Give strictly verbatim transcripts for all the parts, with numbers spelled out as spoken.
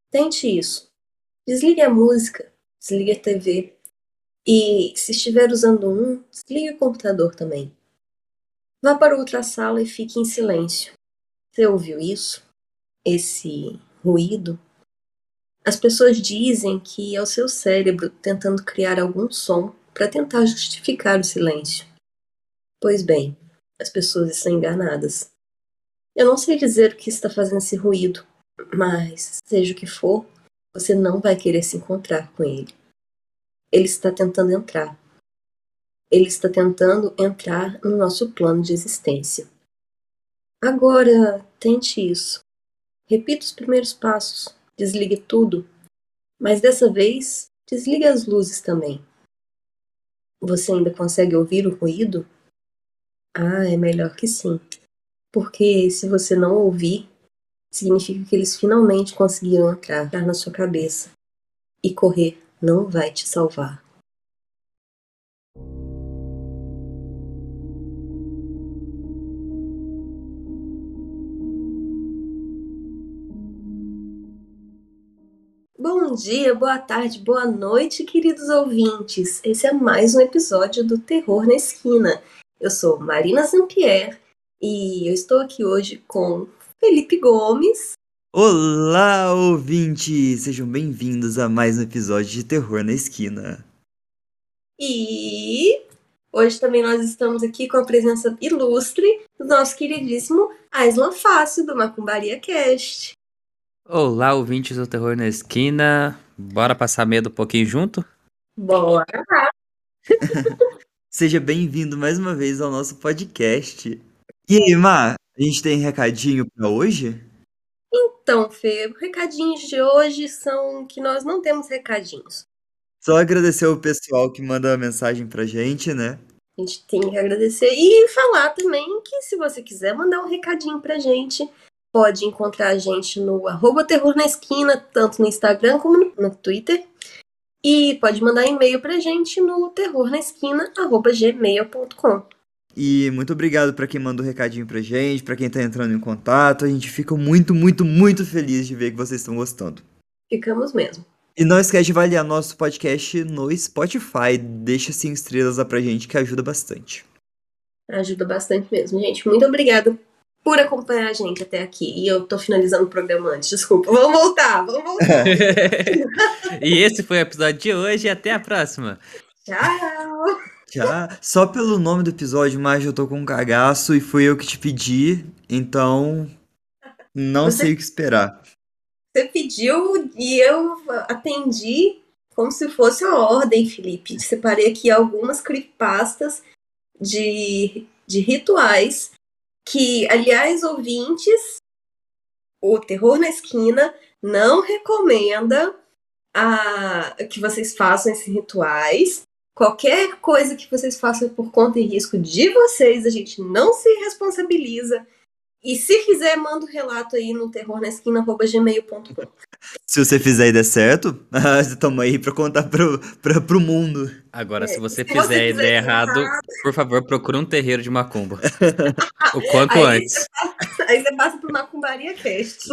Tente isso. Desligue a música, desligue a T V. E se estiver usando um, desligue o computador também. Vá para outra sala e fique em silêncio. Você ouviu isso? Esse ruído? As pessoas dizem que é o seu cérebro tentando criar algum som para tentar justificar o silêncio. Pois bem, as pessoas estão enganadas. Eu não sei dizer o que está fazendo esse ruído, mas seja o que for, você não vai querer se encontrar com ele. Ele está tentando entrar. Ele está tentando entrar no nosso plano de existência. Agora, tente isso. Repita os primeiros passos. Desligue tudo. Mas dessa vez, desligue as luzes também. Você ainda consegue ouvir o ruído? Ah, é melhor que sim. Porque se você não ouvir, significa que eles finalmente conseguiram entrar na sua cabeça. E correr não vai te salvar. Bom dia, boa tarde, boa noite, queridos ouvintes. Esse é mais um episódio do Terror na Esquina. Eu sou Marina Zampier e eu estou aqui hoje com Felipe Gomes. Olá, ouvintes! Sejam bem-vindos a mais um episódio de Terror na Esquina. E hoje também nós estamos aqui com a presença ilustre do nosso queridíssimo Aislan Fácil, do Macumbaria Cast. Olá, ouvintes do Terror na Esquina. Bora passar medo um pouquinho junto? Bora! Seja bem-vindo mais uma vez ao nosso podcast. E aí, Mar, a gente tem recadinho pra hoje? Então, Fê, os recadinhos de hoje são que nós não temos recadinhos. Só agradecer o pessoal que manda mensagem pra gente, né? A gente tem que agradecer e falar também que se você quiser mandar um recadinho pra gente, pode encontrar a gente no arroba Terror na Esquina, tanto no Instagram como no, no Twitter. E pode mandar e-mail pra gente no terrornaesquina arroba gmail ponto com. E muito obrigado pra quem manda o recadinho pra gente, pra quem tá entrando em contato. A gente fica muito, muito, muito feliz de ver que vocês estão gostando. Ficamos mesmo. E não esquece de avaliar nosso podcast no Spotify. Deixa cinco estrelas lá pra gente que ajuda bastante. Ajuda bastante mesmo, gente. Muito obrigada por acompanhar a gente até aqui. E eu tô finalizando o programa antes, desculpa. Vamos voltar, vamos voltar. E esse foi o episódio de hoje. Até a próxima. Tchau! Já, só pelo nome do episódio, mas eu tô com um cagaço e fui eu que te pedi, então não Você, sei o que esperar. você pediu e eu atendi como se fosse a ordem, Felipe. Separei aqui algumas creepypastas de, de rituais que, aliás, ouvintes, o Terror na Esquina não recomenda a, que vocês façam esses rituais. Qualquer coisa que vocês façam por conta e risco de vocês, a gente não se responsabiliza. E se fizer, manda um relato aí no terrornaesquina arroba gmail ponto com. Se você fizer e der certo, tamo aí pra contar pro, pra, pro mundo. Agora, se É, você se você fizer e fizer der errado, errado, por favor, procure um terreiro de macumba. O quanto aí você antes. passa, aí você passa pro Macumbaria Cast.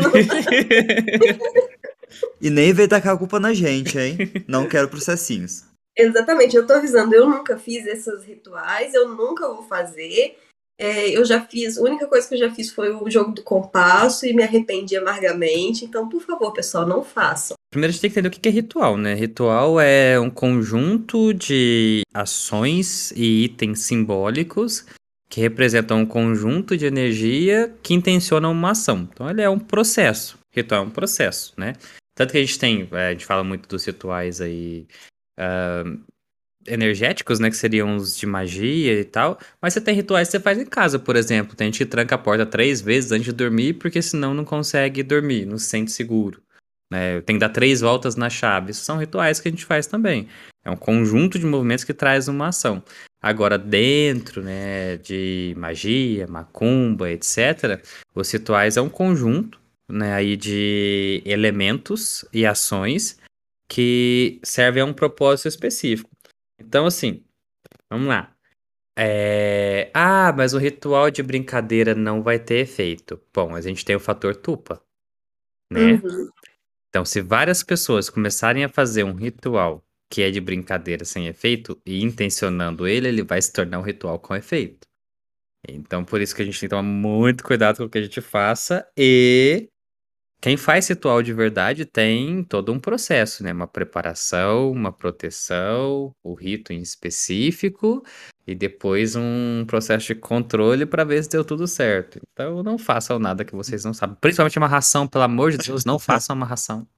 E nem veio tacar a culpa na gente, hein? Não quero processinhos. Exatamente, eu tô avisando, eu nunca fiz esses rituais, eu nunca vou fazer. É, eu já fiz, a única coisa que eu já fiz foi o jogo do compasso e me arrependi amargamente. Então, por favor, pessoal, não façam. Primeiro a gente tem que entender o que é ritual, né? Ritual é um conjunto de ações e itens simbólicos que representam um conjunto de energia que intencionam uma ação. Então ele é um processo. Ritual é um processo, né? Tanto que a gente tem, a gente fala muito dos rituais aí uh, energéticos, né? Que seriam os de magia e tal. Mas você tem rituais que você faz em casa, por exemplo. Tem gente que tranca a porta três vezes antes de dormir, porque senão não consegue dormir, não se sente seguro. Né? Tem que dar três voltas na chave. Isso são rituais que a gente faz também. É um conjunto de movimentos que traz uma ação. Agora, dentro, né, de magia, macumba, etcétera, os rituais é um conjunto, né, aí de elementos e ações que servem a um propósito específico. Então, assim, vamos lá. É... Ah, mas o ritual de brincadeira não vai ter efeito. Bom, a gente tem o fator tupa, né? Uhum. Então, se várias pessoas começarem a fazer um ritual que é de brincadeira sem efeito e intencionando ele, ele vai se tornar um ritual com efeito. Então, por isso que a gente tem que tomar muito cuidado com o que a gente faça. E quem faz ritual de verdade tem todo um processo, né? Uma preparação, uma proteção, o rito em específico e depois um processo de controle para ver se deu tudo certo. Então, não façam nada que vocês não sabem. Principalmente uma ração, pelo amor de Deus, não façam uma ração.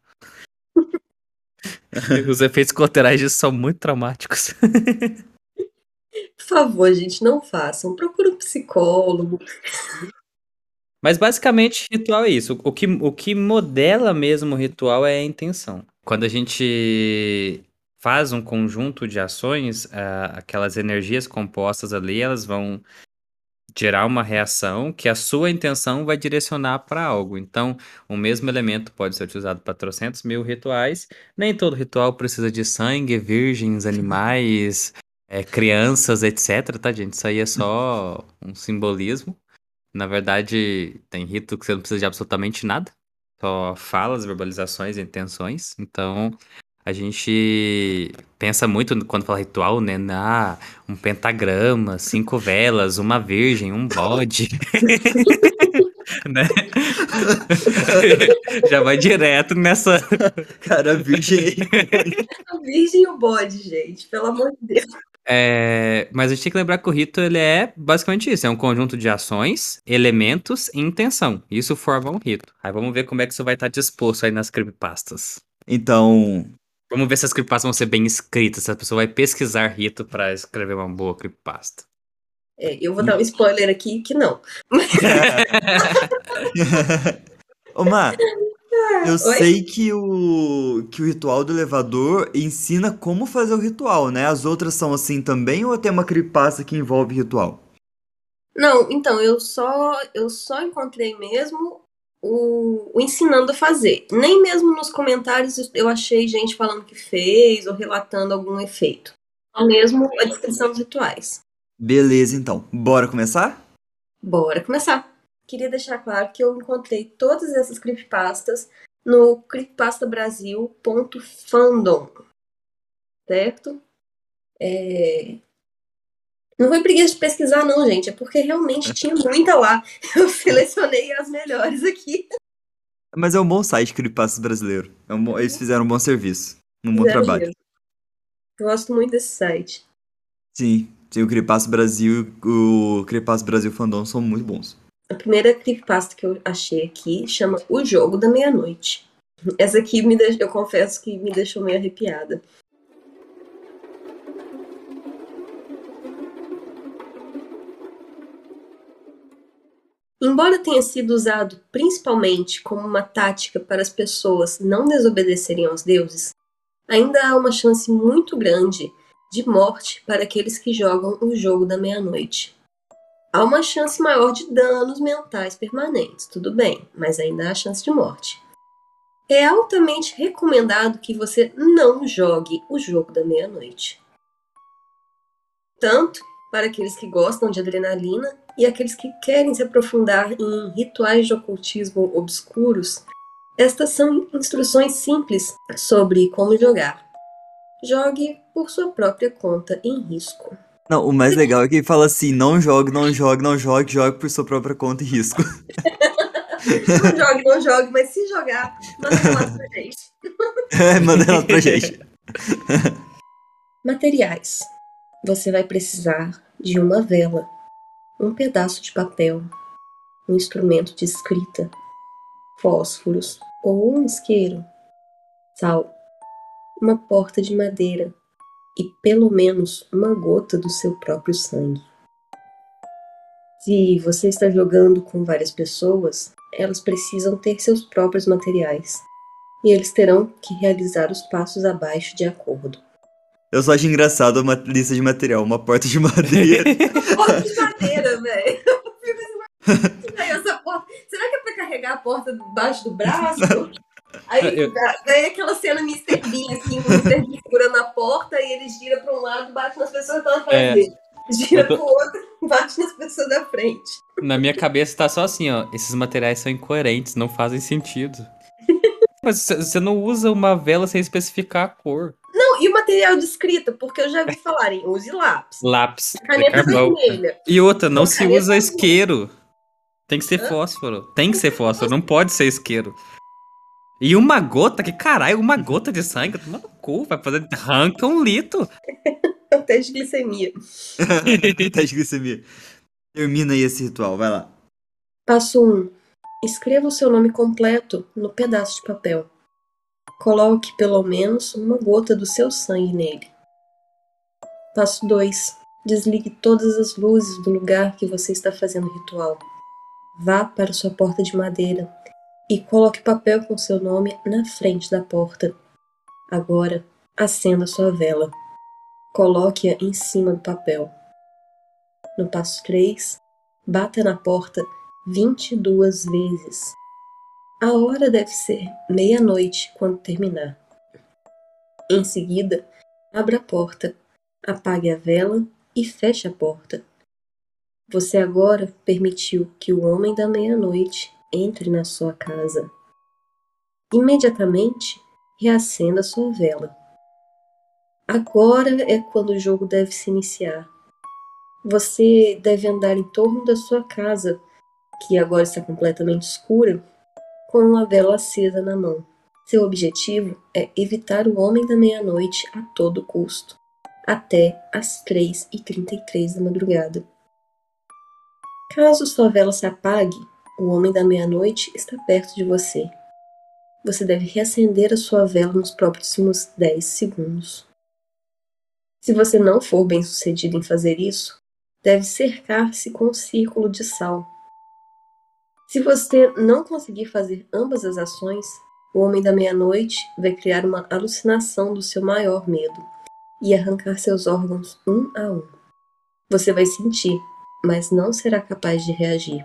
Os efeitos colaterais disso são muito traumáticos. Por favor, gente, não façam. Procura um psicólogo. Mas basicamente, ritual é isso. O que, o que modela mesmo o ritual é a intenção. Quando a gente faz um conjunto de ações, ah, aquelas energias compostas ali, elas vão gerar uma reação que a sua intenção vai direcionar para algo. Então, o mesmo elemento pode ser utilizado para trocentos mil rituais. Nem todo ritual precisa de sangue, virgens, animais, eh, crianças, etc, tá, gente? Isso aí é só um simbolismo. Na verdade, tem rito que você não precisa de absolutamente nada. Só falas, verbalizações e intenções. Então, a gente pensa muito quando fala ritual, né? Na um pentagrama, cinco velas, uma virgem, um bode. Né? Já vai direto nessa. Cara, virgem. A virgem e o bode, gente, pelo amor de Deus. É, mas a gente tem que lembrar que o rito ele é basicamente isso: é um conjunto de ações, elementos e intenção. Isso forma um rito. Aí vamos ver como é que isso vai estar disposto aí nas creepypastas. Então, Vamos ver se as creepypastas vão ser bem escritas, se a pessoa vai pesquisar rito pra escrever uma boa creepypasta. É, eu vou dar um spoiler aqui que não. ô Má, eu Oi? sei que o, que o ritual do elevador ensina como fazer o ritual, né? As outras são assim também ou tem uma creepypasta que envolve ritual? Não, então, eu só, eu só encontrei mesmo o, o ensinando a fazer. Nem mesmo nos comentários eu achei gente falando que fez ou relatando algum efeito. Só mesmo a descrição dos rituais. Beleza, então. Bora começar? Bora começar. Queria deixar claro que eu encontrei todas essas creepypastas no creepypastabrasil ponto fandom, certo? É... Não foi preguiça de pesquisar não, gente, é porque realmente tinha muita lá. Eu selecionei as melhores aqui. Mas é um bom site, Creepypasta Brasileiro. É um bom- Eles fizeram um bom serviço. Um bom Fizeram trabalho. mesmo. Gosto muito desse site. Sim, sim, o Creepypasta Brasil e o Creepypasta Brasil Fandom são muito bons. A primeira creepypasta que eu achei aqui chama O Jogo da Meia-Noite. Essa aqui, me deix... eu confesso que me deixou meio arrepiada. Embora tenha sido usado principalmente como uma tática para as pessoas não desobedecerem aos deuses, ainda há uma chance muito grande de morte para aqueles que jogam o jogo da meia-noite. Há uma chance maior de danos mentais permanentes, tudo bem, mas ainda há chance de morte. É altamente recomendado que você não jogue o jogo da meia-noite. Tanto para aqueles que gostam de adrenalina e aqueles que querem se aprofundar em rituais de ocultismo obscuros, estas são instruções simples sobre como jogar. Jogue por sua própria conta em risco. Não, o mais legal é que ele fala assim: não jogue, não jogue, não jogue, jogue por sua própria conta e risco. Não jogue, não jogue, mas se jogar, manda relato pra gente. É, manda ela pra gente. Materiais. Você vai precisar de uma vela, um pedaço de papel, um instrumento de escrita, fósforos ou um isqueiro, sal, uma porta de madeira e pelo menos uma gota do seu próprio sangue. Se você está jogando com várias pessoas, elas precisam ter seus próprios materiais e eles terão que realizar os passos abaixo de acordo. Eu só acho engraçado uma lista de material, uma porta de madeira. Porta de madeira, velho. Essa porta... Será que é pra carregar a porta debaixo do braço? Aí Eu- vem aquela cena mister Bean, assim, com o mister Bean segurando a porta e ele gira pra um lado, bate nas pessoas que estão atrás É. dele. Gira Eu tô- pro outro, bate nas pessoas da frente. Na minha cabeça tá só assim, ó. Esses materiais são incoerentes, não fazem sentido. Mas você não usa uma vela sem especificar a cor. Não, e o material de escrita, porque eu já vi falarem, use lápis. Lápis de Caneta carvão. vermelha. E outra, não Ou se caneta usa azul. isqueiro. Tem que ser Hã? fósforo. Tem que ser fósforo, não pode ser isqueiro. E uma gota, que caralho, uma gota de sangue, toma no cu, vai fazer, arranca um litro. Teste de glicemia. Tá de glicemia. Termina aí esse ritual, vai lá. Passo um. Escreva o seu nome completo no pedaço de papel. Coloque pelo menos uma gota do seu sangue nele. Passo dois. Desligue todas as luzes do lugar que você está fazendo o ritual. Vá para sua porta de madeira e coloque o papel com seu nome na frente da porta. Agora, acenda sua vela. Coloque-a em cima do papel. No passo três, bata na porta vinte e duas vezes. A hora deve ser meia-noite quando terminar. Em seguida, abra a porta, apague a vela e feche a porta. Você agora permitiu que o homem da meia-noite entre na sua casa. Imediatamente, reacenda sua vela. Agora é quando o jogo deve se iniciar. Você deve andar em torno da sua casa, que agora está completamente escura, com uma vela acesa na mão. Seu objetivo é evitar o homem da meia-noite a todo custo, até às três e trinta e três da madrugada. Caso sua vela se apague, o homem da meia-noite está perto de você. Você deve reacender a sua vela nos próximos dez segundos. Se você não for bem-sucedido em fazer isso, deve cercar-se com um círculo de sal. Se você não conseguir fazer ambas as ações, o homem da meia-noite vai criar uma alucinação do seu maior medo e arrancar seus órgãos um a um. Você vai sentir, mas não será capaz de reagir.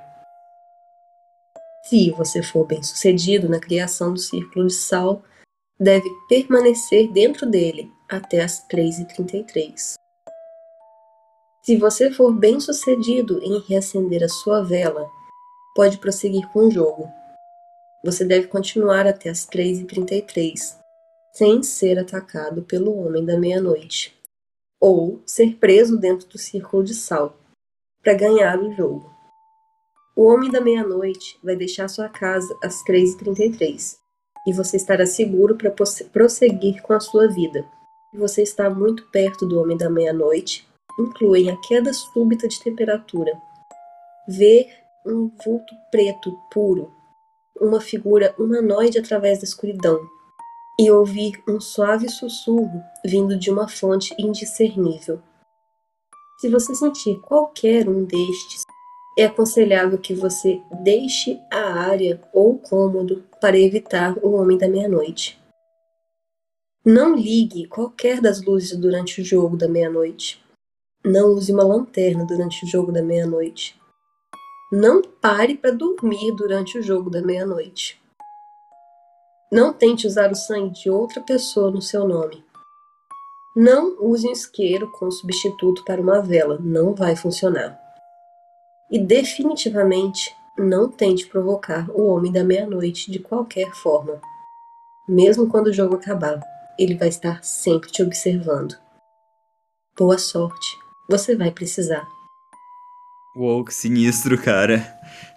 Se você for bem-sucedido na criação do círculo de sal, deve permanecer dentro dele até as três e trinta e três. Se você for bem-sucedido em reacender a sua vela, pode prosseguir com o jogo. Você deve continuar até as três e trinta e três, sem ser atacado pelo homem da meia-noite, ou ser preso dentro do círculo de sal, para ganhar o jogo. O homem da meia-noite vai deixar sua casa às três e trinta e três, e você estará seguro para prosseguir com a sua vida. Se você está muito perto do homem da meia-noite, incluem a queda súbita de temperatura, ver um vulto preto puro, uma figura humanoide através da escuridão, e ouvir um suave sussurro vindo de uma fonte indiscernível. Se você sentir qualquer um destes, é aconselhável que você deixe a área ou cômodo para evitar o homem da meia-noite. Não ligue qualquer das luzes durante o jogo da meia-noite. Não use uma lanterna durante o jogo da meia-noite. Não pare para dormir durante o jogo da meia-noite. Não tente usar o sangue de outra pessoa no seu nome. Não use um isqueiro como substituto para uma vela, não vai funcionar. E definitivamente não tente provocar o homem da meia-noite de qualquer forma. Mesmo quando o jogo acabar, ele vai estar sempre te observando. Boa sorte, você vai precisar. Uou, que sinistro, cara.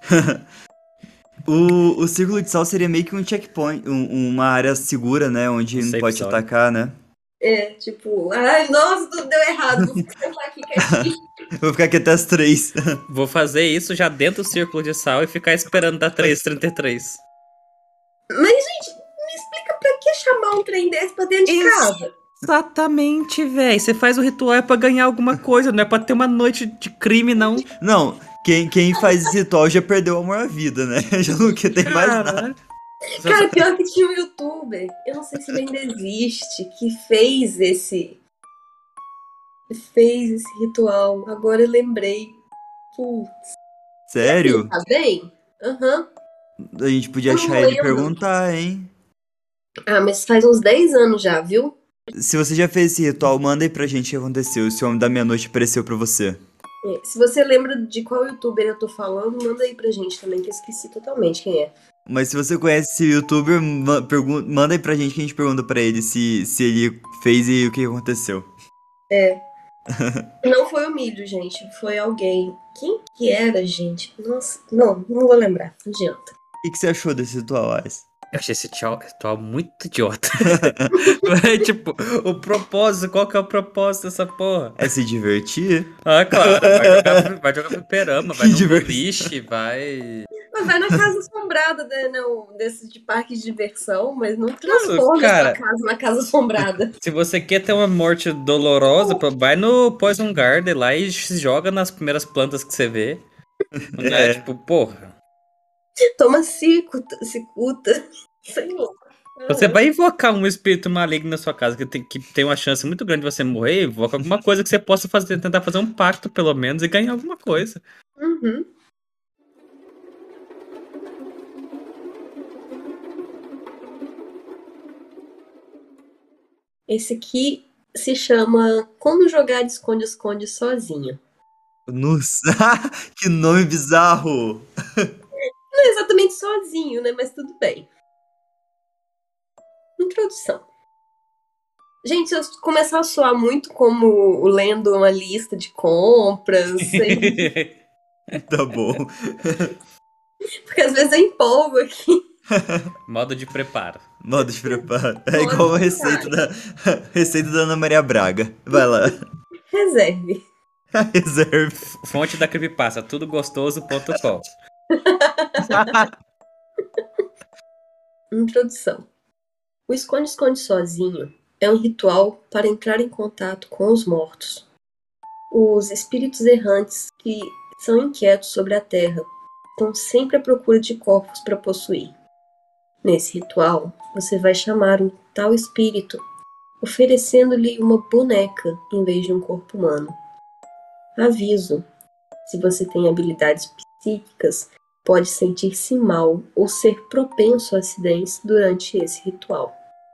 o, o círculo de sal seria meio que um checkpoint, um- uma área segura, né? Onde Um ele não safe pode te zone. atacar, né? É, tipo, ai, nossa, tudo deu errado, vou ficar aqui quietinho. Eu vou ficar aqui até as três. Vou fazer isso já dentro do círculo de sal e ficar esperando dar três e trinta e três. Mas, gente, me explica pra que chamar um trem desse pra dentro de Isso. casa? Exatamente, velho. Você faz o ritual é pra ganhar alguma coisa, não é pra ter uma noite de crime, não. Não, quem, quem faz esse ritual já perdeu o amor à vida, né? Já não quer ter mais nada. Caralho. Só- Cara, pior que tinha um youtuber, eu não sei se ele ainda existe, que fez esse. Fez esse ritual. Agora eu lembrei. Putz. Sério? Tá bem? Aham. A gente podia Eu não achar ele e lembro. perguntar, hein? Ah, mas faz uns dez anos já, viu? Se você já fez esse ritual, manda aí pra gente o que aconteceu. Se o homem da meia-noite apareceu pra você. É, se você lembra de qual youtuber eu tô falando, manda aí pra gente também, que eu esqueci totalmente quem é. Mas se você conhece esse youtuber, ma- pergun- manda aí pra gente que a gente pergunta pra ele se, se ele fez e o que aconteceu. É. Não foi o milho, gente. Foi alguém. Quem que era, gente? Nossa, não, não vou lembrar. Não adianta. O que, que você achou desse ritual, Ais? Eu achei esse tchau- ritual muito idiota. É, tipo, o propósito, qual que é o propósito dessa porra? É se divertir? Ah, claro, vai jogar, vai jogar fliperama, vai Que num diversão. boliche, vai. Mas vai na casa assombrada, né? Não, desses de parque de diversão, mas não transforma a sua Cara, casa na casa assombrada. se você quer ter uma morte dolorosa, pô, vai no Poison Garden lá e se joga nas primeiras plantas que você vê. Né? É. Tipo, porra. Toma cicuta, cicuta, sei lá. Você Aham. vai invocar um espírito maligno na sua casa que tem, que tem uma chance muito grande de você morrer, invoca alguma coisa que você possa fazer, tentar fazer um pacto, pelo menos, e ganhar alguma coisa. Uhum. Esse aqui se chama Como Jogar de Esconde-Esconde Sozinho. Nossa, que nome bizarro! Não é exatamente sozinho, né? Mas tudo bem. Introdução. Gente, se eu começar a soar muito como lendo uma lista de compras, sei- Tá bom. porque às vezes eu empolgo aqui. Modo de preparo. Modo de preparo. É Modo igual de a receita preparo. da receita da Ana Maria Braga. Vai lá. Reserve. Reserve. Fonte da creepypasta, tudogostoso ponto com. Introdução. O esconde-esconde sozinho é um ritual para entrar em contato com os mortos, os espíritos errantes que são inquietos sobre a terra, estão sempre à procura de corpos para possuir. Nesse ritual, você vai chamar um tal espírito, oferecendo-lhe uma boneca em vez de um corpo humano. Aviso: se você tem habilidades psíquicas, pode sentir-se mal ou ser propenso a acidentes durante esse ritual.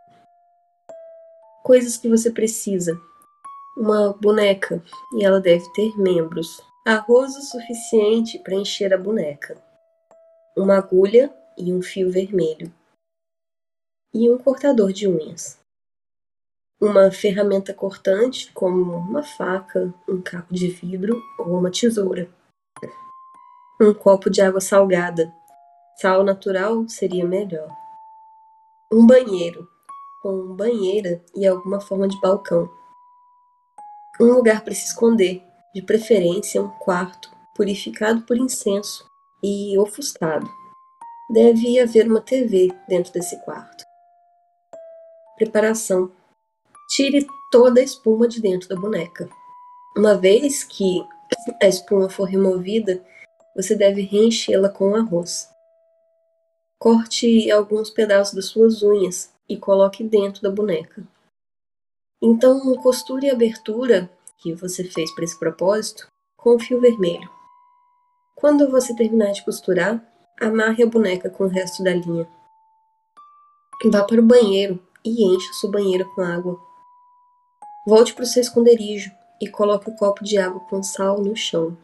Coisas que você precisa: uma boneca, e ela deve ter membros. Arroz o suficiente para encher a boneca. Uma agulha e um fio vermelho. E um cortador de unhas. Uma ferramenta cortante, como uma faca, um caco de vidro ou uma tesoura. Um copo de água salgada. Sal natural seria melhor. Um banheiro, com banheira e alguma forma de balcão. Um lugar para se esconder, de preferência um quarto, purificado por incenso e ofuscado. Deve haver uma T V dentro desse quarto. Preparação: tire toda a espuma de dentro da boneca. Uma vez que a espuma for removida, você deve reenchê-la com arroz. Corte alguns pedaços das suas unhas e coloque dentro da boneca. Então, costure a abertura que você fez para esse propósito com o fio vermelho. Quando você terminar de costurar, amarre a boneca com o resto da linha. Vá para o banheiro e encha sua banheira com água. Volte para o seu esconderijo e coloque o copo de água com sal no chão.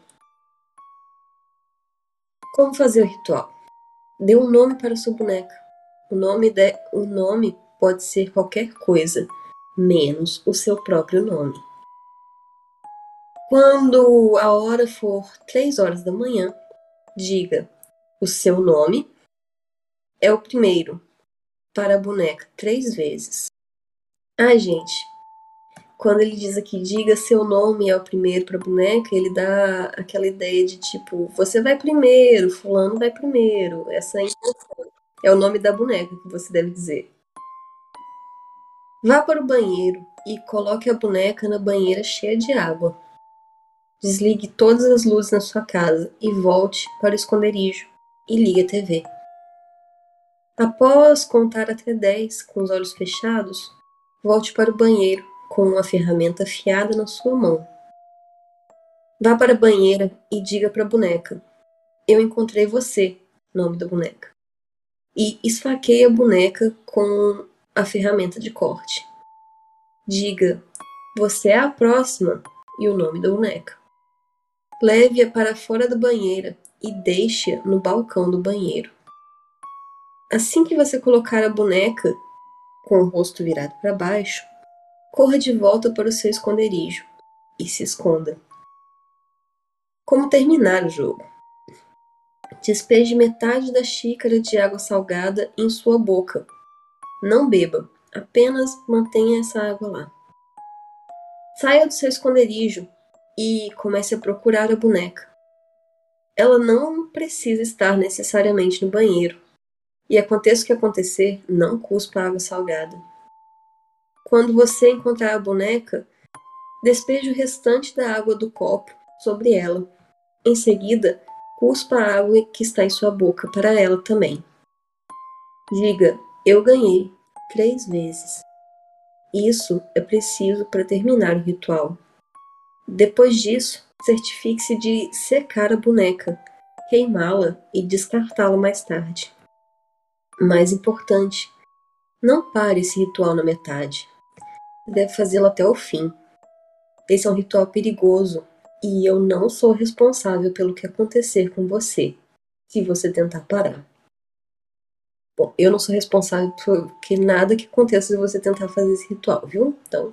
Como fazer o ritual? Dê um nome para sua boneca. O nome, de... o nome pode ser qualquer coisa, menos o seu próprio nome. Quando a hora for três horas da manhã, diga: o seu nome é o primeiro para a boneca três vezes. Ah, gente, quando ele diz aqui, diga seu nome é o primeiro para a boneca, ele dá aquela ideia de tipo, você vai primeiro, fulano vai primeiro. Essa é o nome da boneca que você deve dizer. Vá para o banheiro e coloque a boneca na banheira cheia de água. Desligue todas as luzes na sua casa e volte para o esconderijo e ligue a T V. Após contar até dez com os olhos fechados, volte para o banheiro com uma ferramenta afiada na sua mão. Vá para a banheira e diga para a boneca: eu encontrei você, nome da boneca. E esfaqueie a boneca com a ferramenta de corte. Diga: você é a próxima, e o nome da boneca. Leve-a para fora da banheira e deixe-a no balcão do banheiro. Assim que você colocar a boneca com o rosto virado para baixo, corra de volta para o seu esconderijo e se esconda. Como terminar o jogo? Despeje metade da xícara de água salgada em sua boca. Não beba, apenas mantenha essa água lá. Saia do seu esconderijo e comece a procurar a boneca. Ela não precisa estar necessariamente no banheiro. E aconteça o que acontecer, não cuspa água salgada. Quando você encontrar a boneca, despeje o restante da água do copo sobre ela. Em seguida, cuspa a água que está em sua boca para ela também. Diga, eu ganhei, três vezes. Isso é preciso para terminar o ritual. Depois disso, certifique-se de secar a boneca, queimá-la e descartá-la mais tarde. Mais importante, não pare esse ritual na metade. Você deve fazê-lo até o fim. Esse é um ritual perigoso e eu não sou responsável pelo que acontecer com você, se você tentar parar. Bom, eu não sou responsável por que nada que aconteça se você tentar fazer esse ritual, viu? Então,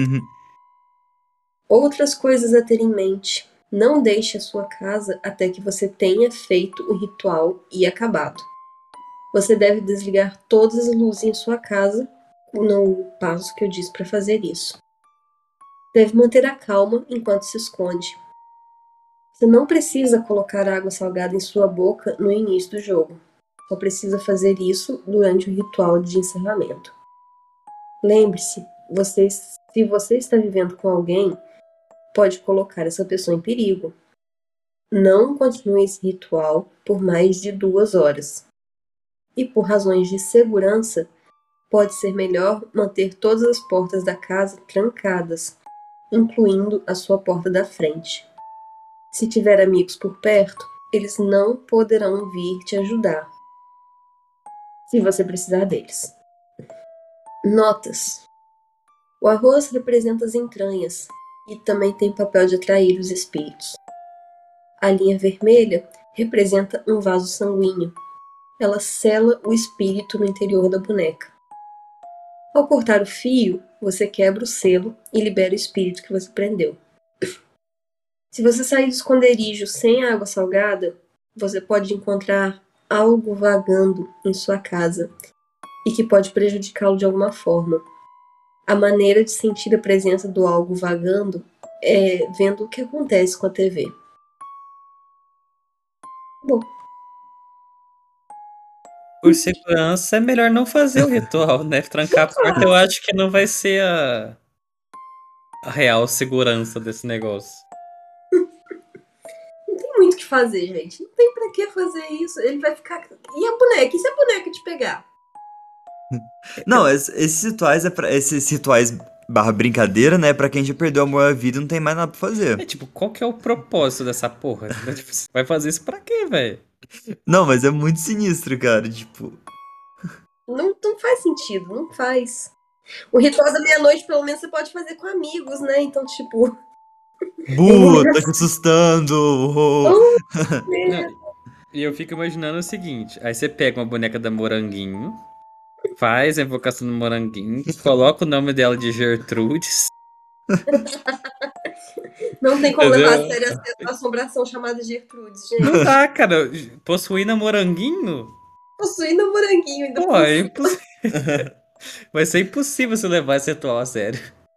outras coisas a ter em mente. Não deixe a sua casa até que você tenha feito o ritual e acabado. Você deve desligar todas as luzes em sua casa no passo que eu disse para fazer isso. Deve manter a calma enquanto se esconde. Você não precisa colocar água salgada em sua boca no início do jogo. Só precisa fazer isso durante o ritual de encerramento. Lembre-se, você, se você está vivendo com alguém, pode colocar essa pessoa em perigo. Não continue esse ritual por mais de duas horas. E por razões de segurança, pode ser melhor manter todas as portas da casa trancadas, incluindo a sua porta da frente. Se tiver amigos por perto, eles não poderão vir te ajudar, se você precisar deles. Notas: o arroz representa as entranhas e também tem papel de atrair os espíritos. A linha vermelha representa um vaso sanguíneo. Ela sela o espírito no interior da boneca. Ao cortar o fio, você quebra o selo e libera o espírito que você prendeu. Se você sair do esconderijo sem água salgada, você pode encontrar algo vagando em sua casa e que pode prejudicá-lo de alguma forma. A maneira de sentir a presença do algo vagando é vendo o que acontece com a T V. Bom. Por segurança, é melhor não fazer o ritual, né? Trancar a porta, eu acho que não vai ser a, a real segurança desse negócio. Não tem muito o que fazer, gente. Não tem pra que fazer isso. Ele vai ficar... E a boneca? E se a boneca te pegar? Não, esses rituais é pra, esses rituais barra brincadeira, né? Pra quem já perdeu o amor à vida e não tem mais nada pra fazer. É tipo, qual que é o propósito dessa porra? Você vai fazer isso pra quê, velho? Não, mas é muito sinistro, cara. Tipo, Não, não faz sentido, não faz. O ritual da meia-noite, pelo menos, você pode fazer com amigos, né? Então, tipo... Bu, tá te assustando. Oh, Não, e eu fico imaginando o seguinte: aí você pega uma boneca da Moranguinho, faz a invocação do Moranguinho, coloca o nome dela de Gertrudes. Não tem como Entendeu? levar a sério a assombração chamada Gertrudes, gente. Não dá, cara. Possuindo a Moranguinho? Possuindo o moranguinho ainda. Pô, é impossível. Vai ser impossível você levar esse ritual a sério.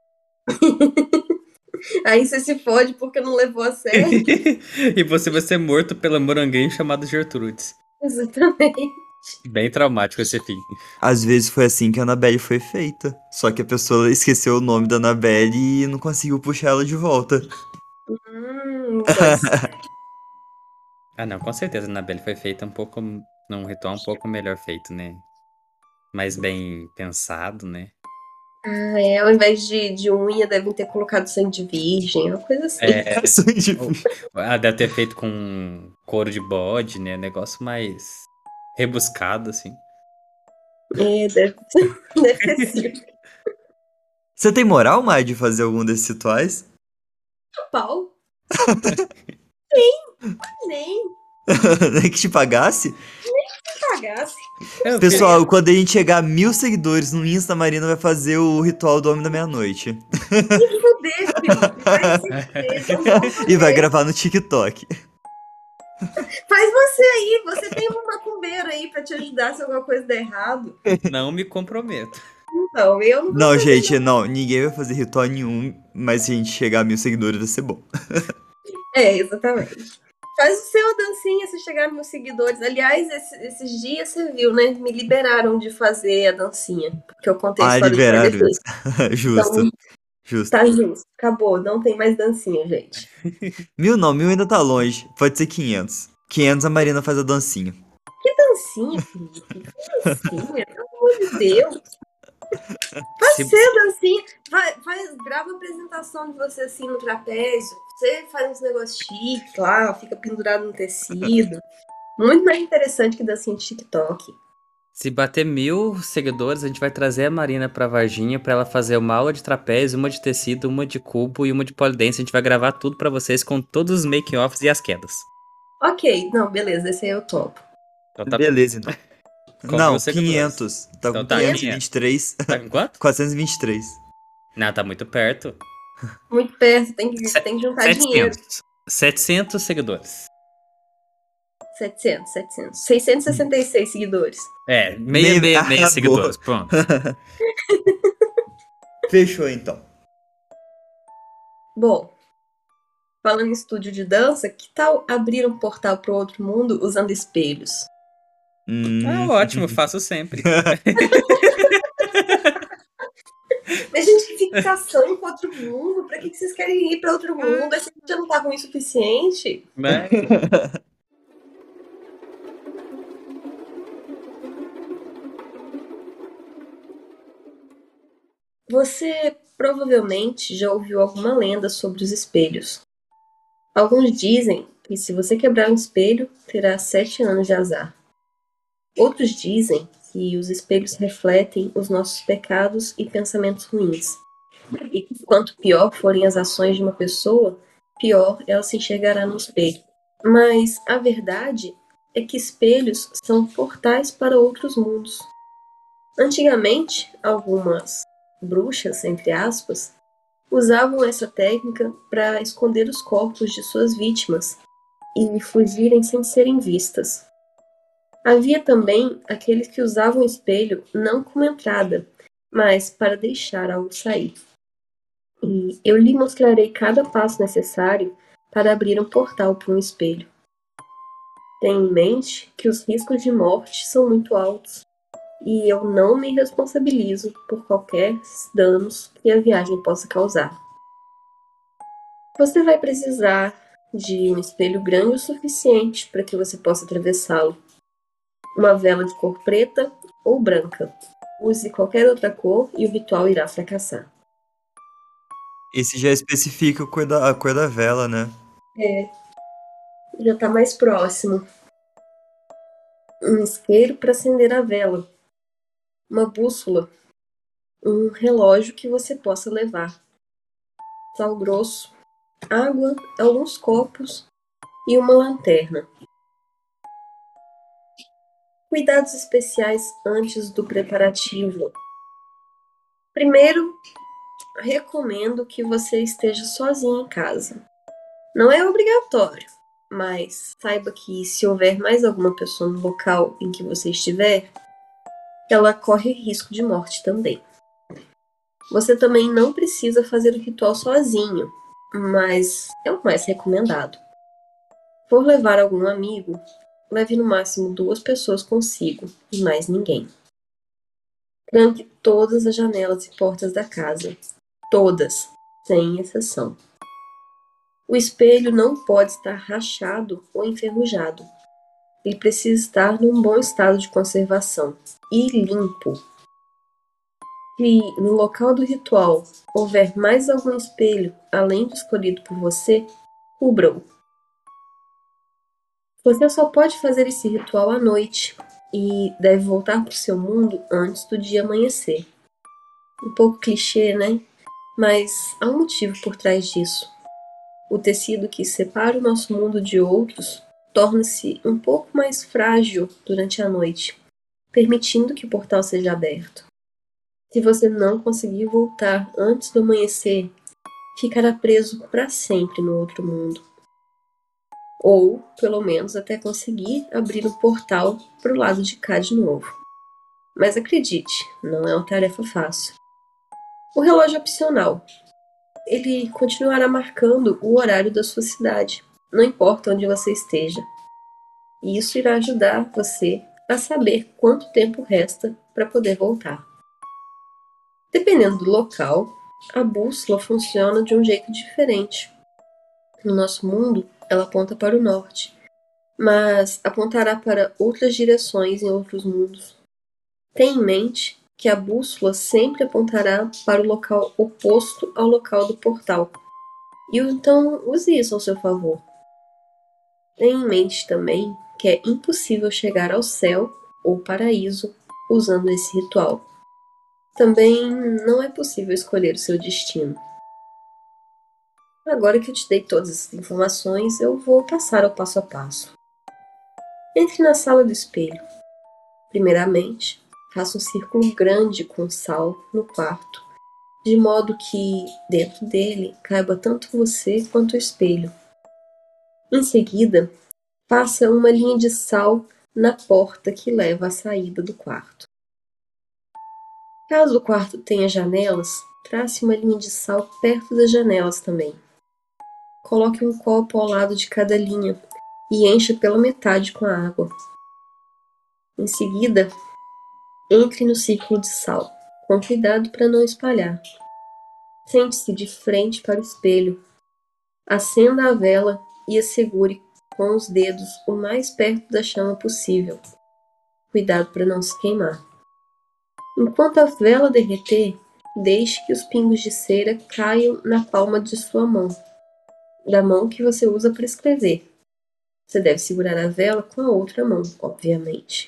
Aí você se fode porque não levou a sério. E você vai ser morto pela moranguinho chamada Gertrudes. Exatamente. Bem traumático esse fim. Às vezes foi assim que a Annabelle foi feita. Só que a pessoa esqueceu o nome da Annabelle e não conseguiu puxar ela de volta. Hum, pode ser. Ah, não, com certeza a Annabelle foi feita um pouco... num ritual um pouco melhor feito, né? Mais bem pensado, né? Ah, é, ao invés de, de unha, devem ter colocado sangue de virgem, uma coisa assim. É, Tipo, ah, deve ter feito com couro de bode, né? Negócio mais rebuscado, assim. É, deve, deve ter sido. você tem moral, Mai, de fazer algum desses rituais? Pau. Nem, nem. Nem que te pagasse? Cagasse. Eu Pessoal, quando a gente chegar a mil seguidores no Insta, a Marina vai fazer o ritual do Homem da Meia-Noite. Me fuder, Felipe. Vai se fuder. Não vou fazer. E vai gravar no TikTok. Faz você aí. Você tem um macumbeiro aí pra te ajudar se alguma coisa der errado. não me comprometo. Não, eu não vou Não, fazer. gente, não. Ninguém vai fazer ritual nenhum, mas se a gente chegar a mil seguidores vai ser bom. É, exatamente. Faz o seu dancinha se chegar nos meus seguidores. Aliás, esse- esses dias você viu, né? Me liberaram de fazer a dancinha. Porque eu contei a Ah, história de liberaram K D P. isso. Justo, Então, justo. tá justo. Acabou. Não tem mais dancinha, gente. Mil não, mil ainda tá longe. Pode ser quinhentos. quinhentos a Marina faz a dancinha. Que dancinha, Felipe? Que dancinha? Pelo amor de Deus. Faz Se- você a dancinha. Vai, faz, grava a apresentação de você assim no trapézio. Você faz uns negócios chiques lá, fica pendurado no tecido. Muito mais interessante que dancinha de TikTok. Se bater mil seguidores, a gente vai trazer a Marina pra Varginha pra ela fazer uma aula de trapézio, uma de tecido, uma de cubo e uma de polidense. A gente vai gravar tudo pra vocês com todos os making-offs e as quedas. Ok, não, beleza, esse aí eu topo. Então tá Beleza, então. com Não, mil seguidores. quinhentos. Tá Então com tá, quinhentos e vinte e três. Tá com quanto? quatrocentos e vinte e três. Não, tá muito perto. Muito perto, tem que, Se- tem que juntar dinheiro. setecentos. setecentos seguidores. setecentos, setecentos. seiscentos e sessenta e seis seguidores. É, meia, Meia- meia, Ah, meia boa. seguidores. Pronto. Fechou, então. Bom, falando em estúdio de dança, que tal abrir um portal para o outro mundo usando espelhos? Hum. Ah, ótimo, faço sempre. Mas, gente, que fixação com outro mundo. Pra que que vocês querem ir para outro mundo? A gente já não tá ruim o suficiente? Né? Você provavelmente já ouviu alguma lenda sobre os espelhos. Alguns dizem que se você quebrar um espelho, terá sete anos de azar. Outros dizem que os espelhos refletem os nossos pecados e pensamentos ruins. E que quanto pior forem as ações de uma pessoa, pior ela se enxergará no espelho. Mas a verdade é que espelhos são portais para outros mundos. Antigamente, algumas bruxas, entre aspas, usavam essa técnica para esconder os corpos de suas vítimas e fugirem sem serem vistas. Havia também aqueles que usavam o espelho não como entrada, mas para deixar algo sair. E eu lhe mostrarei cada passo necessário para abrir um portal para um espelho. Tenha em mente que os riscos de morte são muito altos e eu não me responsabilizo por qualquer danos que a viagem possa causar. Você vai precisar de um espelho grande o suficiente para que você possa atravessá-lo. Uma vela de cor preta ou branca. Use qualquer outra cor e o ritual irá fracassar. Esse já especifica a cor da, a cor da vela, né? É, já está mais próximo. Um isqueiro para acender a vela. Uma bússola. Um relógio que você possa levar. Sal grosso. Água, alguns copos e uma lanterna. Cuidados especiais antes do preparativo. Primeiro, recomendo que você esteja sozinho em casa. Não é obrigatório, mas saiba que se houver mais alguma pessoa no local em que você estiver, ela corre risco de morte também. Você também não precisa fazer o ritual sozinho, mas é o mais recomendado. For levar algum amigo, leve no máximo duas pessoas consigo e mais ninguém. Tranque todas as janelas e portas da casa. Todas, sem exceção. O espelho não pode estar rachado ou enferrujado. Ele precisa estar num bom estado de conservação e limpo. Se no local do ritual houver mais algum espelho além do escolhido por você, cubra-o. Você só pode fazer esse ritual à noite e deve voltar para o seu mundo antes do dia amanhecer. Um pouco clichê, né? Mas há um motivo por trás disso. O tecido que separa o nosso mundo de outros torna-se um pouco mais frágil durante a noite, permitindo que o portal seja aberto. Se você não conseguir voltar antes do amanhecer, ficará preso para sempre no outro mundo. Ou, pelo menos, até conseguir abrir um portal para o lado de cá de novo. Mas acredite, não é uma tarefa fácil. O relógio é opcional. Ele continuará marcando o horário da sua cidade, não importa onde você esteja. E isso irá ajudar você a saber quanto tempo resta para poder voltar. Dependendo do local, a bússola funciona de um jeito diferente. No nosso mundo, ela aponta para o norte, mas apontará para outras direções em outros mundos. Tenha em mente que a bússola sempre apontará para o local oposto ao local do portal, e então use isso ao seu favor. Tenha em mente também que é impossível chegar ao céu ou paraíso usando esse ritual. Também não é possível escolher o seu destino. Agora que eu te dei todas essas informações, eu vou passar ao passo a passo. Entre na sala do espelho. Primeiramente, faça um círculo grande com sal no quarto, de modo que dentro dele caiba tanto você quanto o espelho. Em seguida, faça uma linha de sal na porta que leva à saída do quarto. Caso o quarto tenha janelas, trace uma linha de sal perto das janelas também. Coloque um copo ao lado de cada linha e encha pela metade com a água. Em seguida, entre no círculo de sal, com cuidado para não espalhar. Sente-se de frente para o espelho. Acenda a vela e a segure com os dedos o mais perto da chama possível. Cuidado para não se queimar. Enquanto a vela derreter, deixe que os pingos de cera caiam na palma de sua mão, da mão que você usa para escrever. Você deve segurar a vela com a outra mão, obviamente.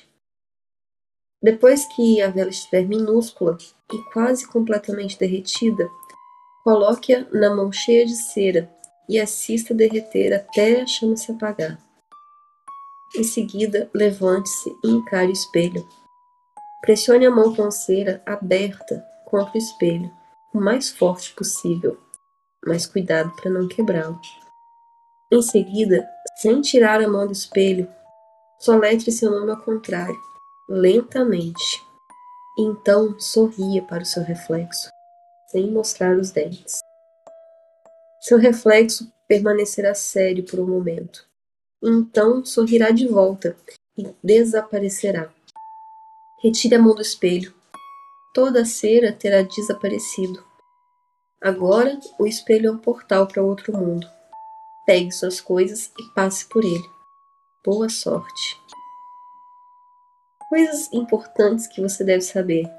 Depois que a vela estiver minúscula e quase completamente derretida, coloque-a na mão cheia de cera e assista derreter até a chama se apagar. Em seguida, levante-se e encare o espelho. Pressione a mão com cera aberta contra o espelho, o mais forte possível, mas cuidado para não quebrá-lo. Em seguida, sem tirar a mão do espelho, soletre seu nome ao contrário, lentamente. E então sorria para o seu reflexo, sem mostrar os dentes. Seu reflexo permanecerá sério por um momento. E então sorrirá de volta e desaparecerá. Retire a mão do espelho. Toda a cera terá desaparecido. Agora, o espelho é um portal para outro mundo. Pegue suas coisas e passe por ele. Boa sorte. Coisas importantes que você deve saber.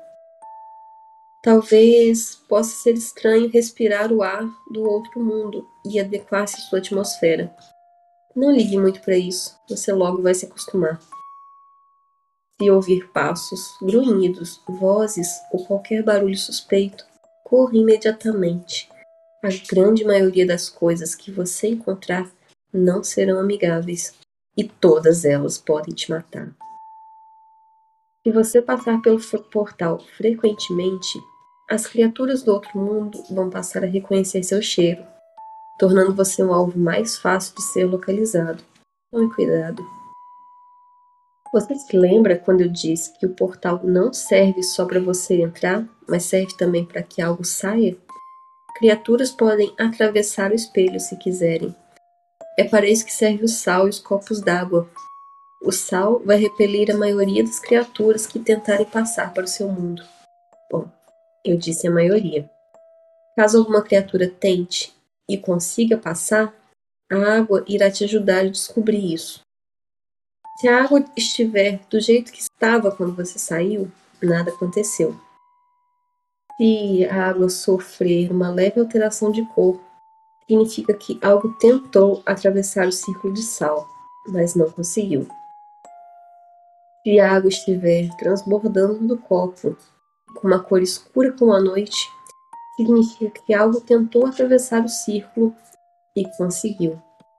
Talvez possa ser estranho respirar o ar do outro mundo e adequar-se à sua atmosfera. Não ligue muito para isso, você logo vai se acostumar. Se ouvir passos, grunhidos, vozes ou qualquer barulho suspeito, corra imediatamente. A grande maioria das coisas que você encontrar não serão amigáveis e todas elas podem te matar. Se você passar pelo portal frequentemente, as criaturas do outro mundo vão passar a reconhecer seu cheiro, tornando você um alvo mais fácil de ser localizado. Tome cuidado. Você se lembra quando eu disse que o portal não serve só para você entrar, mas serve também para que algo saia? Criaturas podem atravessar o espelho se quiserem. É para isso que serve o sal e os copos d'água. O sal vai repelir a maioria das criaturas que tentarem passar para o seu mundo. Bom, eu disse a maioria. Caso alguma criatura tente e consiga passar, a água irá te ajudar a descobrir isso. Se a água estiver do jeito que estava quando você saiu, nada aconteceu. Se a água sofrer uma leve alteração de cor, significa que algo tentou atravessar o círculo de sal, mas não conseguiu. Se a água estiver transbordando do copo, com uma cor escura como a noite, significa que algo tentou atravessar o círculo e conseguiu.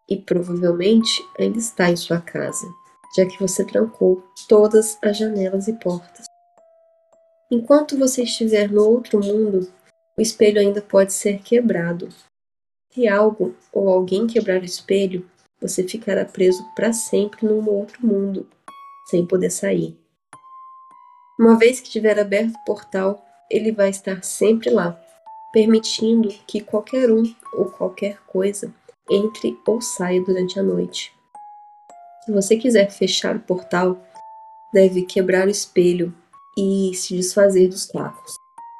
E provavelmente ainda está em sua casa, já que você trancou todas as janelas e portas. Enquanto você estiver no outro mundo, o espelho ainda pode ser quebrado. Se algo ou alguém quebrar o espelho, você ficará preso para sempre num outro mundo, sem poder sair. Uma vez que tiver aberto o portal, ele vai estar sempre lá, permitindo que qualquer um ou qualquer coisa entre ou saia durante a noite. Se você quiser fechar o portal, deve quebrar o espelho e se desfazer dos cacos.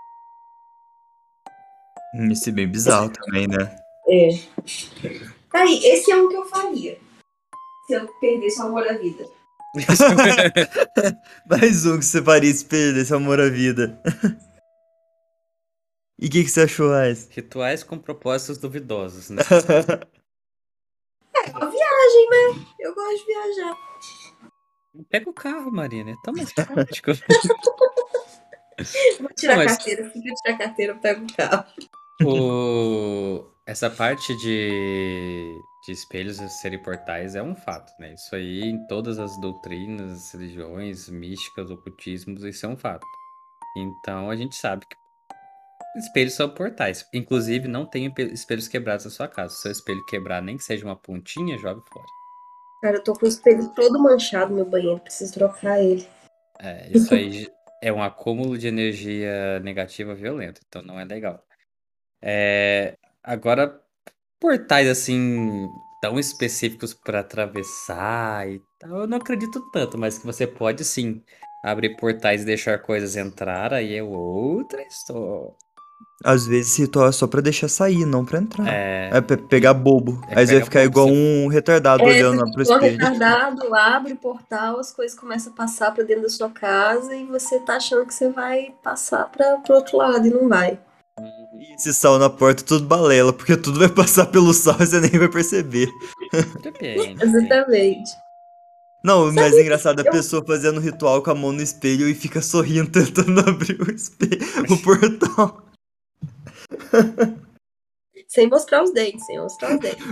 Hum, Isso é bem bizarro também, né? É. Tá aí, esse é um que eu faria. Se eu perdesse o amor à vida. Mais um que você faria se perdesse amor à vida. E o que, que você achou, Ais? Rituais com propósitos duvidosos, né? É uma viagem, né? Eu gosto de viajar. Pega o carro, Marina, é tão mais prático. Vou Não, tirar a mas carteira. Assim que eu tirar a carteira, eu pego o carro. o... essa parte de... de espelhos serem portais é um fato, né? Isso aí em todas as doutrinas, religiões, místicas, ocultismos, isso é um fato. Então a gente sabe que espelhos são portais. Inclusive, não tenha pe- espelhos quebrados na sua casa. Se o seu espelho quebrar, nem que seja uma pontinha, joga fora. Cara, eu tô com o espelho todo manchado no meu banheiro. Preciso trocar ele. É, isso aí é um acúmulo de energia negativa violenta, então não é legal. É, agora, portais assim tão específicos para atravessar e tal, eu não acredito tanto, mas que você pode sim abrir portais e deixar coisas entrar, aí é outra história. Às vezes esse ritual é só pra deixar sair, não pra entrar. É, É pra pegar bobo. é Aí que você vai pega ficar bobo. igual Você... um retardado É, você olhando lá pro fica um espelho. retardado, abre o portal, as coisas começam a passar pra dentro da sua casa e você tá achando que você vai passar pra, pro outro lado e não vai. E esse sal na porta tudo balela, porque tudo vai passar pelo sal e você nem vai perceber. Depende, depende. Exatamente. Não, mas é Sabia que engraçado a eu, pessoa fazendo ritual com a mão no espelho e fica sorrindo tentando abrir o espelho, o portal. sem mostrar os dentes, sem mostrar os dentes.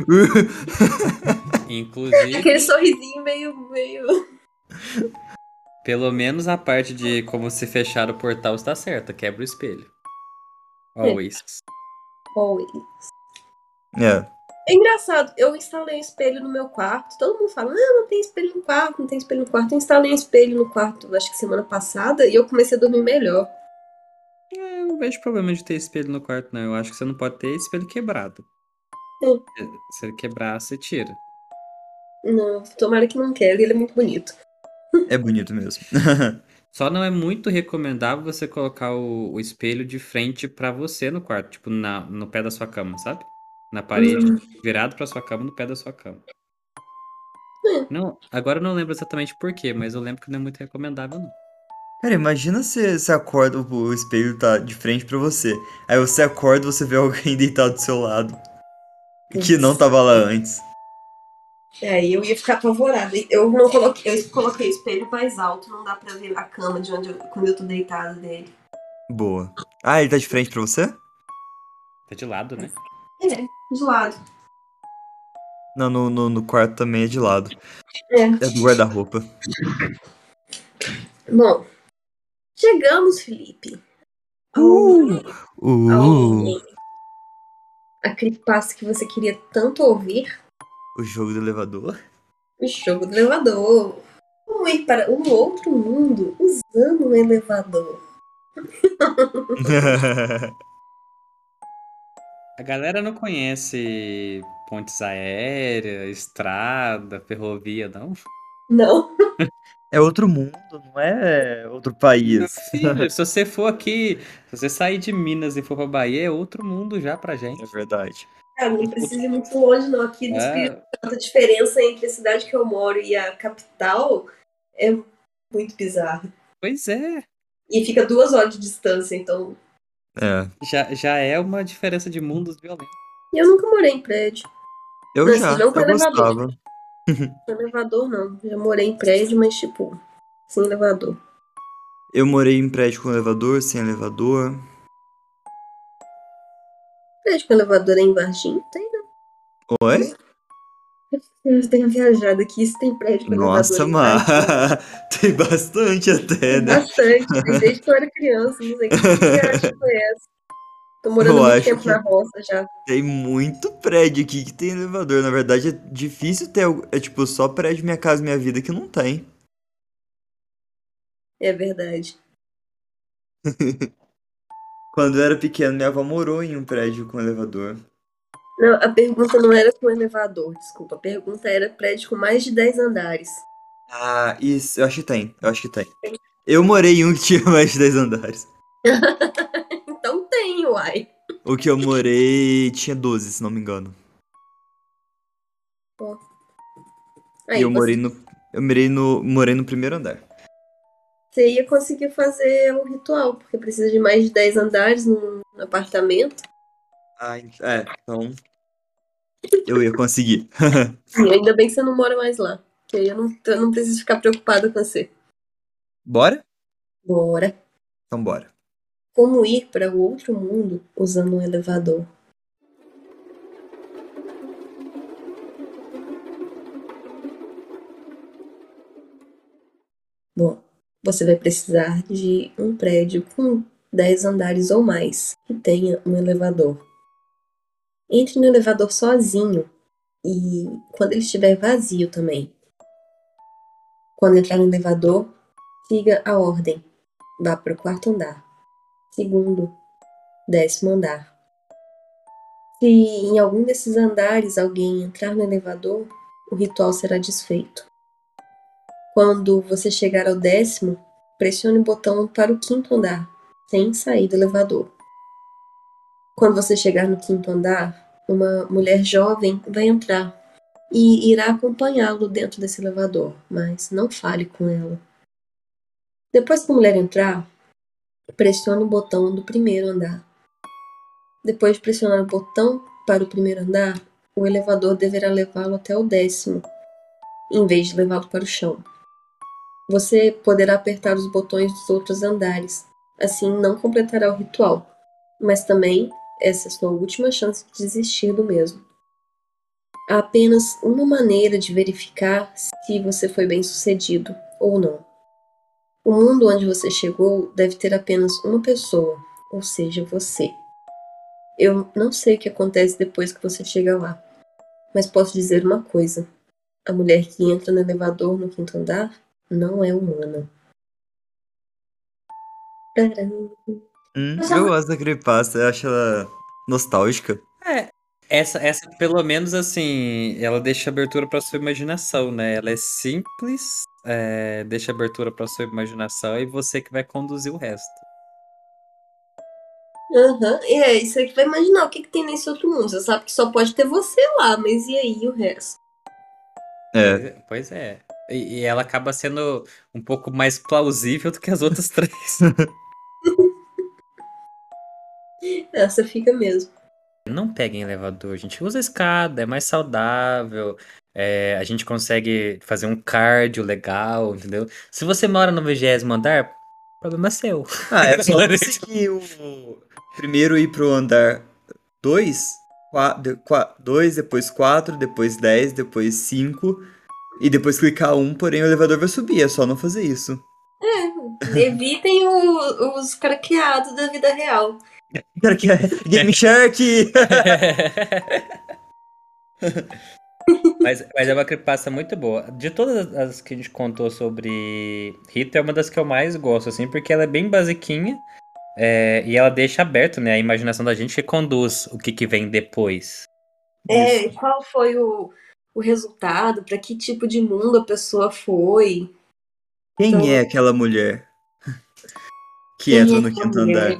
Aquele Inclusive, sorrisinho meio, meio... pelo menos a parte de como se fechar o portal está certa. Quebra o espelho. É, Always. always. É. É engraçado, eu instalei um espelho no meu quarto. Todo mundo fala, ah, não tem espelho no quarto, não tem espelho no quarto. Eu instalei um espelho no quarto, acho que semana passada, e eu comecei a dormir melhor. É, eu não vejo problema de ter espelho no quarto, não. Eu acho que você não pode ter espelho quebrado. Hum, É, se ele quebrar, você tira. Não, tomara que não quero, ele é muito bonito. É bonito mesmo. Só não é muito recomendável você colocar o, o espelho de frente pra você no quarto, tipo na, no pé da sua cama, sabe? Na parede, Hum, virado pra sua cama, no pé da sua cama. é. Não, agora eu não lembro exatamente por quê, mas eu lembro que não é muito recomendável, não. Cara, imagina você, você acorda, o o espelho tá de frente pra você. Aí você acorda e você vê alguém deitado do seu lado. Que não Putz. tava lá antes. Aí eu ia ficar apavorada. Eu não coloquei, eu coloquei o espelho mais alto, não dá pra ver a cama de onde eu, quando eu tô deitada dele. Boa. Ah, ele tá de frente pra você? Tá de lado, né? É, de lado. Não, no, no, no quarto também é de lado. É. É do guarda-roupa. Bom, chegamos, Felipe, ao, Uh! Uh! ao a creepypasta que você queria tanto ouvir, O jogo do elevador? o jogo do elevador. Como ir para um outro mundo usando um elevador? A galera não conhece pontes aéreas, estrada, ferrovia, não? Não. É outro mundo, não é outro Meu país. filho, se você for aqui, se você sair de Minas e for pra Bahia, é outro mundo já pra É gente. verdade. Cara, não precisa ir muito longe, não. Aqui no Espírito É, Santo, a diferença entre a cidade que eu moro e a capital é muito bizarra. pois é. E fica duas horas de distância, então. É. Já, já é uma diferença de mundos violentos. E eu nunca morei em prédio. Eu Não, assim, já, não com eu elevador. gostava. Com elevador, não. Já morei em prédio, mas, tipo, sem elevador. Eu morei em prédio com elevador, sem elevador. Prédio com elevador é em Varginha? Tem, não. Oi? Eu tenho viajado aqui, isso tem prédio com elevador Nossa, embaixo. mas tem bastante até, Tem né? bastante, tem desde que eu era criança, não sei que viagem foi essa. Tô morando há Eu muito acho tempo que na roça já. tem muito prédio aqui que tem elevador. Na verdade, é difícil ter. algu- É tipo só prédio Minha Casa Minha Vida que não tem. É verdade. Quando eu era pequeno, minha avó morou em um prédio com elevador. Não, a pergunta não era com elevador, desculpa. A pergunta era prédio com mais de dez andares. Ah, isso, eu acho que tem. Eu acho que tem. Eu morei em um que tinha mais de dez andares. Então tem, uai. O que eu morei tinha doze, se não me engano. Ó, E aí eu você, morei no. Eu morei no, morei no primeiro andar. você ia conseguir fazer o ritual, porque precisa de mais de dez andares num apartamento. Ah, en- é, então eu ia conseguir. E ainda bem que você não mora mais lá. Que aí eu não, eu não preciso ficar preocupada com você. Bora? Bora. Então bora. Como ir para o outro mundo usando um elevador? Bom, você vai precisar de um prédio com dez andares ou mais que tenha um elevador. Entre no elevador sozinho e quando ele estiver vazio também. Quando entrar no elevador, siga a ordem. Vá para o quarto andar, segundo, décimo andar. Se em algum desses andares alguém entrar no elevador, o ritual será desfeito. Quando você chegar ao décimo, pressione o botão para o quinto andar, sem sair do elevador. Quando você chegar no quinto andar, uma mulher jovem vai entrar e irá acompanhá-lo dentro desse elevador, mas não fale com ela. Depois que a mulher entrar, pressione o botão do primeiro andar. Depois de pressionar o botão para o primeiro andar, o elevador deverá levá-lo até o décimo, em vez de levá-lo para o chão. Você poderá apertar os botões dos outros andares, assim não completará o ritual, mas também essa é a sua última chance de desistir do mesmo. Há apenas uma maneira de verificar se você foi bem sucedido ou não. O mundo onde você chegou deve ter apenas uma pessoa, ou seja, você. Eu não sei o que acontece depois que você chega lá, mas posso dizer uma coisa: a mulher que entra no elevador no quinto andar não é humana. Tcharam. Hum, eu gosto da creepypasta, eu acho ela nostálgica. É, essa, essa pelo menos assim, ela deixa abertura pra sua imaginação, né? Ela é simples, é, deixa abertura pra sua imaginação e você que vai conduzir o resto. Aham, e é isso aí que vai imaginar o que, que tem nesse outro mundo. Você sabe que só pode ter você lá, mas e aí o resto? Pois É. é. Pois é. E, e ela acaba sendo um pouco mais plausível do que as outras três. Essa fica mesmo. Não peguem elevador, a gente usa escada, é mais saudável. É, a gente consegue fazer um cardio legal, entendeu? Se você mora no vigésimo andar, problema é seu. Ah, é só conseguir o. Primeiro ir pro andar dois, dois, depois quatro, depois dez, depois cinco e depois clicar um, porém o elevador vai subir, é só não fazer isso. Evitem o- os craqueados da vida real. Cara, que é Game Shark! Mas, mas é uma creepypasta muito boa. De todas as que a gente contou sobre Rita, é uma das que eu mais gosto, assim, porque ela é bem basiquinha, é, e ela deixa aberto, né, a imaginação da gente que conduz o que, que vem depois. É, Isso. qual foi o, o resultado? Para que tipo de mundo a pessoa foi? Quem Então, é aquela mulher que quem é entra no aquela quinto mulher? andar?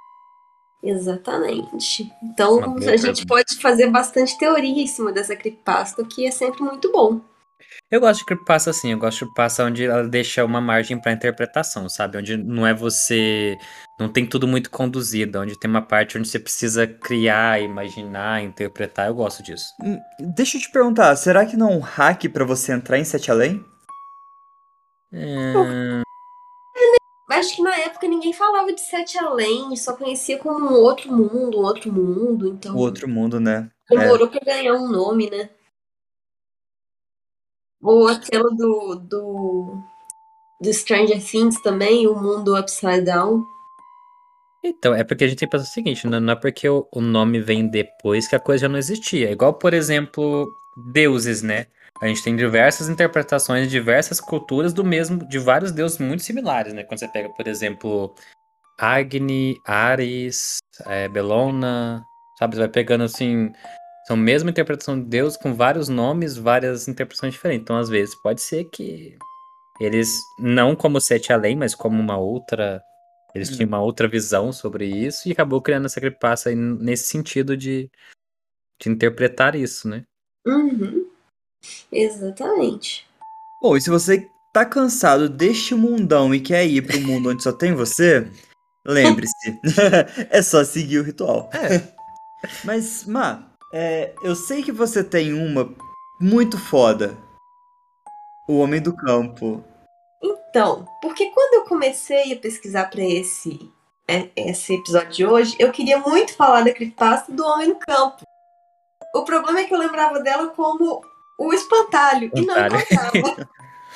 É Exatamente. uma Então, boa a gente pergunta. pode fazer bastante teoria em cima dessa creepypasta, o que é sempre muito bom. Eu gosto de creepypasta assim, eu gosto de creepypasta onde ela deixa uma margem pra interpretação, sabe? Onde não é você. Não tem tudo muito conduzido, onde tem uma parte onde você precisa criar, imaginar, interpretar. Eu gosto disso. Hum, Deixa eu te perguntar, será que não é um hack pra você entrar em Sete Além? É, Acho que na época ninguém falava de Sete Além, só conhecia como um outro mundo, um outro mundo, O então outro mundo, né? É. demorou pra ganhar um nome, né? Ou aquela do, do, do Stranger Things também, o mundo Upside Down. Então, é porque a gente tem que pensar o seguinte, não não é porque o, o nome vem depois que a coisa já não existia. Igual, por exemplo, deuses, né? A gente tem diversas interpretações de diversas culturas do mesmo, de vários deuses muito similares, né? Quando você pega, por exemplo, Agni, Ares, é, Bellona, sabe? Você vai pegando assim, são a mesma interpretação de Deus com vários nomes, várias interpretações diferentes. Então, às vezes, pode ser que eles, não como Sete Além, mas como uma outra. Eles tinham uma outra visão sobre isso e acabou criando essa creepypasta aí nesse sentido de, de interpretar isso, né? Uhum, exatamente. Bom, e se você tá cansado deste mundão e quer ir pro mundo onde só tem você, lembre-se, é só seguir o ritual. É. Mas, Má, é, eu sei que você tem uma muito foda. O Homem do Campo. Então, porque quando eu comecei a pesquisar para esse, é, esse episódio de hoje, eu queria muito falar da creepypasta do Homem no Campo. O problema é que eu lembrava dela como o espantalho, e não Espantalho. encontrava.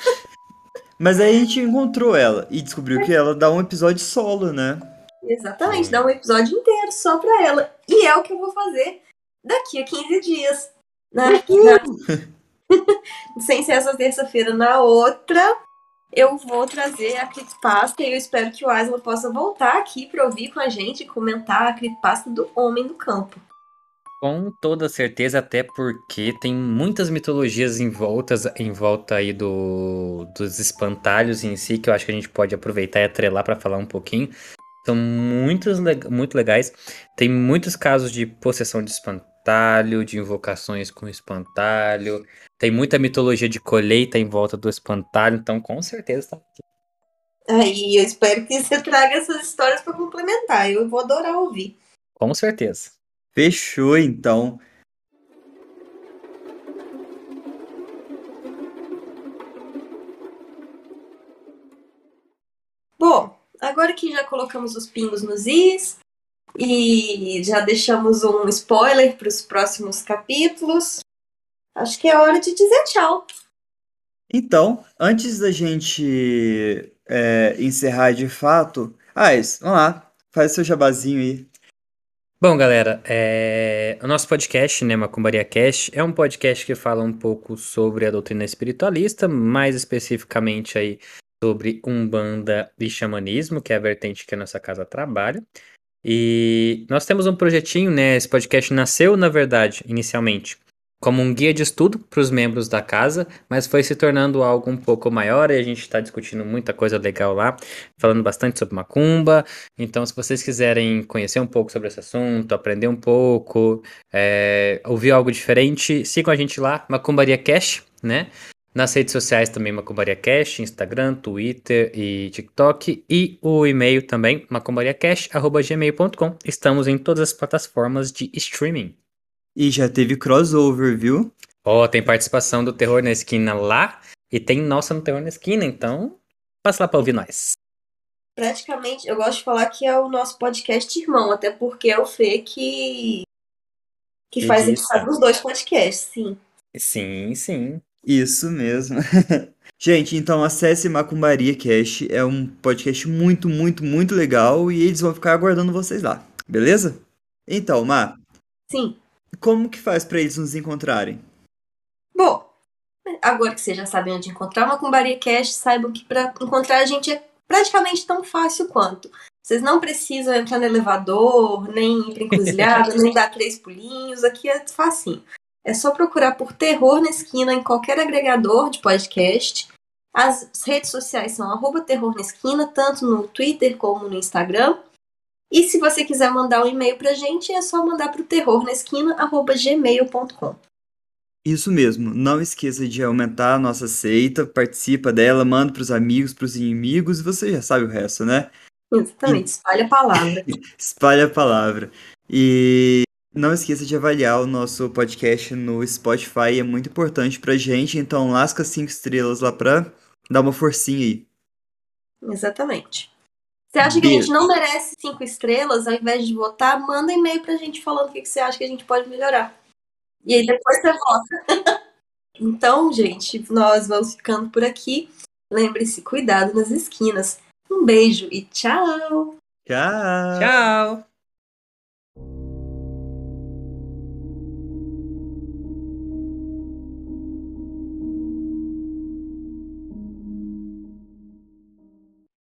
Mas aí a gente encontrou ela e descobriu que ela dá um episódio solo, né? Exatamente, Sim. dá um episódio inteiro só pra ela. E é o que eu vou fazer daqui a quinze dias. Na, na- sem ser essa terça-feira, na outra, eu vou trazer a creepypasta e eu espero que o Aslan possa voltar aqui pra ouvir com a gente e comentar a creepypasta do Homem do Campo. Com toda certeza, até porque tem muitas mitologias em voltas, em volta aí do, dos espantalhos em si, que eu acho que a gente pode aproveitar e atrelar para falar um pouquinho. São muitos, leg- muito legais. Tem muitos casos de possessão de espantalho, de invocações com espantalho. Tem muita mitologia de colheita em volta do espantalho, então com certeza tá. Aí eu espero que você traga essas histórias pra complementar. Eu vou adorar ouvir. Com certeza. Fechou, então. Bom, agora que já colocamos os pingos nos is e já deixamos um spoiler para os próximos capítulos, acho que é hora de dizer tchau. Então, antes da gente é, encerrar de fato. Ais, vamos lá. Faz seu jabazinho aí. Bom, galera, é, o nosso podcast, né, Macumbaria Cast, é um podcast que fala um pouco sobre a doutrina espiritualista, mais especificamente aí sobre Umbanda e xamanismo, que é a vertente que a nossa casa trabalha. E nós temos um projetinho, né? Esse podcast nasceu, na verdade, inicialmente, como um guia de estudo para os membros da casa, mas foi se tornando algo um pouco maior e a gente está discutindo muita coisa legal lá, falando bastante sobre macumba. Então, se vocês quiserem conhecer um pouco sobre esse assunto, aprender um pouco, é, ouvir algo diferente, sigam a gente lá, Macumbaria Cash, né? Nas redes sociais também, Macumbaria Cash, Instagram, Twitter e TikTok. E o e-mail também, macumbariacash arroba gmail ponto com. Estamos em todas as plataformas de streaming. E já teve crossover, viu? Ó, tem participação do Terror na Esquina lá e tem nossa no Terror na Esquina, então passa lá pra ouvir nós. Praticamente, eu gosto de falar que é o nosso podcast irmão, até porque é o Fê que, que faz a Edita. edição dos dois podcasts, sim. Sim, sim. Isso mesmo. Gente, então acesse Macumbaria Cast. É um podcast muito, muito, muito legal e eles vão ficar aguardando vocês lá. Beleza? Então, Má, Sim. como que faz pra eles nos encontrarem? Bom, agora que vocês já sabem onde encontrar uma Macumbaria Cast, saibam que para encontrar a gente é praticamente tão fácil quanto. Vocês não precisam entrar no elevador, nem ir pra encruzilhada, nem dar três pulinhos. Aqui é facinho. É só procurar por Terror na Esquina em qualquer agregador de podcast. As redes sociais são arroba Terror na Esquina, tanto no Twitter como no Instagram. E se você quiser mandar um e-mail pra gente, é só mandar pro terrornaesquina arroba gmail ponto com. Isso mesmo, não esqueça de aumentar a nossa seita, participa dela, manda pros amigos, pros inimigos, e você já sabe o resto, né? Exatamente, espalha a palavra. Espalhe a palavra. E não esqueça de avaliar o nosso podcast no Spotify, é muito importante pra gente, então lasca cinco estrelas lá pra dar uma forcinha aí. Exatamente. Você acha que a Beijo. gente não merece cinco estrelas, ao invés de votar, manda e-mail pra gente falando o que você acha que a gente pode melhorar. E aí depois você vota. Então, gente, nós vamos ficando por aqui. Lembre-se, cuidado nas esquinas. Um beijo e tchau! Tchau! Tchau!